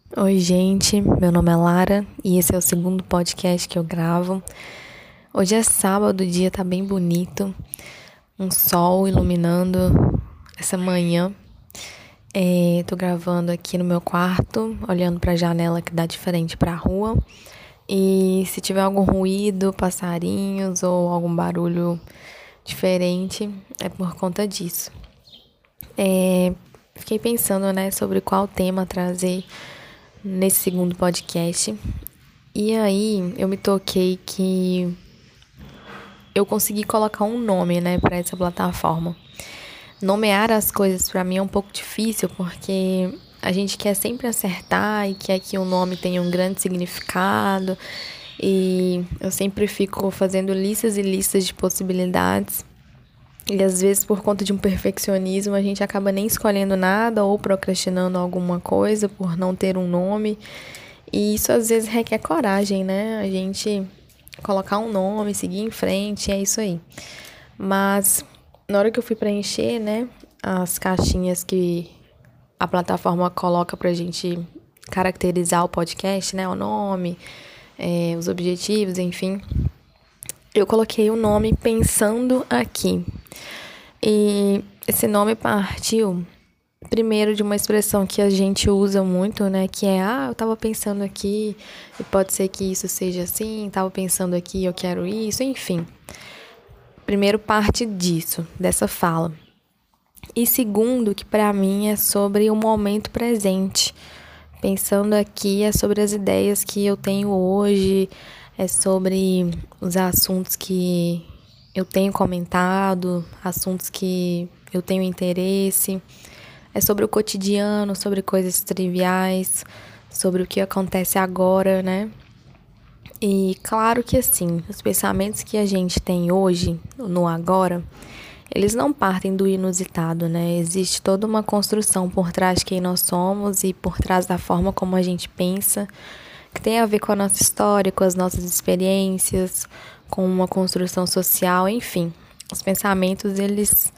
Oi, gente, meu nome é Lara e esse é o segundo podcast que eu gravo. Hoje é sábado, o dia tá bem bonito, um sol iluminando essa manhã. Tô gravando aqui no meu quarto, olhando pra janela que dá de frente pra rua. E se tiver algum ruído, passarinhos ou algum barulho diferente, é por conta disso. Fiquei pensando, sobre qual tema trazer nesse segundo podcast. E aí, eu me toquei que eu consegui colocar um nome, para essa plataforma. Nomear as coisas pra mim é um pouco difícil, porque a gente quer sempre acertar e quer que o nome tenha um grande significado. E eu sempre fico fazendo listas e listas de possibilidades. E às vezes, por conta de um perfeccionismo, a gente acaba nem escolhendo nada ou procrastinando alguma coisa por não ter um nome. E isso às vezes requer coragem, né? A gente colocar um nome, seguir em frente, é isso aí. Mas na hora que eu fui preencher, as caixinhas que a plataforma coloca pra gente caracterizar o podcast, o nome, os objetivos, enfim, eu coloquei o nome Pensando Aqui. E esse nome partiu primeiro de uma expressão que a gente usa muito, que é, eu tava pensando aqui, e pode ser que isso seja assim, tava pensando aqui, eu quero isso, enfim. Primeiro parte disso, dessa fala. E segundo, que pra mim é sobre o momento presente. Pensando aqui é sobre as ideias que eu tenho hoje, é sobre os assuntos que eu tenho comentado, assuntos que eu tenho interesse. É sobre o cotidiano, sobre coisas triviais, sobre o que acontece agora, E claro que assim, os pensamentos que a gente tem hoje, no agora, eles não partem do inusitado, Existe toda uma construção por trás de quem nós somos e por trás da forma como a gente pensa, que tem a ver com a nossa história, com as nossas experiências, com uma construção social, enfim. Os pensamentos, eles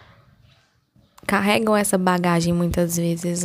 carregam essa bagagem muitas vezes,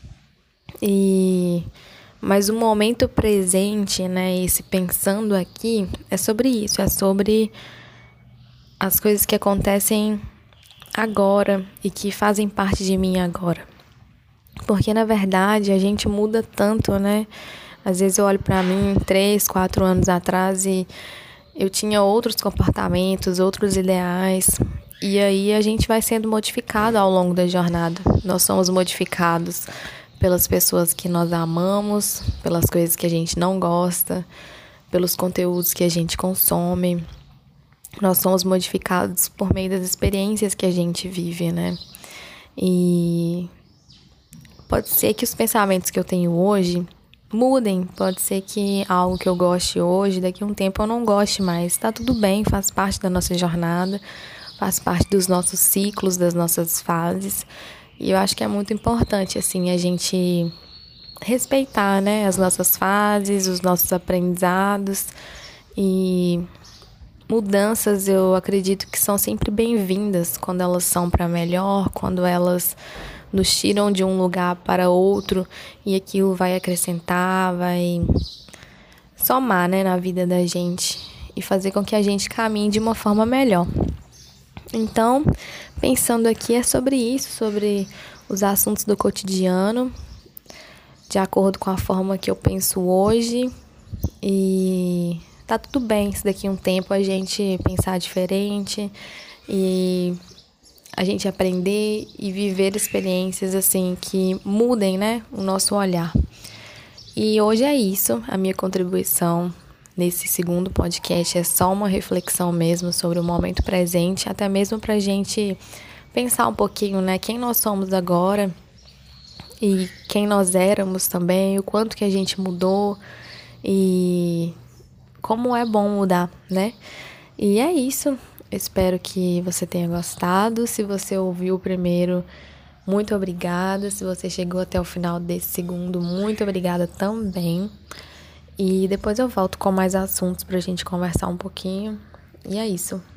Mas o momento presente, esse pensando aqui, é sobre isso, é sobre as coisas que acontecem agora e que fazem parte de mim agora. Porque, na verdade, a gente muda tanto, Às vezes eu olho pra mim 3, 4 anos atrás e eu tinha outros comportamentos, outros ideais. E aí a gente vai sendo modificado ao longo da jornada. Nós somos modificados pelas pessoas que nós amamos, pelas coisas que a gente não gosta, pelos conteúdos que a gente consome. Nós somos modificados por meio das experiências que a gente vive, E pode ser que os pensamentos que eu tenho hoje mudem, pode ser que algo que eu goste hoje, daqui a um tempo eu não goste mais. Tá tudo bem, faz parte da nossa jornada, faz parte dos nossos ciclos, das nossas fases. E eu acho que é muito importante, assim, a gente respeitar, as nossas fases, os nossos aprendizados. E mudanças, eu acredito que são sempre bem-vindas quando elas são para melhor, quando elas nos tiram de um lugar para outro e aquilo vai acrescentar, vai somar, na vida da gente e fazer com que a gente caminhe de uma forma melhor. Então, pensando aqui é sobre isso, sobre os assuntos do cotidiano, de acordo com a forma que eu penso hoje. E tá tudo bem se daqui a um tempo a gente pensar diferente e a gente aprender e viver experiências assim que mudem, o nosso olhar. E hoje é isso, a minha contribuição nesse segundo podcast é só uma reflexão mesmo sobre o momento presente, até mesmo pra gente pensar um pouquinho, quem nós somos agora e quem nós éramos também, o quanto que a gente mudou e como é bom mudar, E é isso. Espero que você tenha gostado. Se você ouviu o primeiro, muito obrigada. Se você chegou até o final desse segundo, muito obrigada também. E depois eu volto com mais assuntos pra gente conversar um pouquinho. E é isso.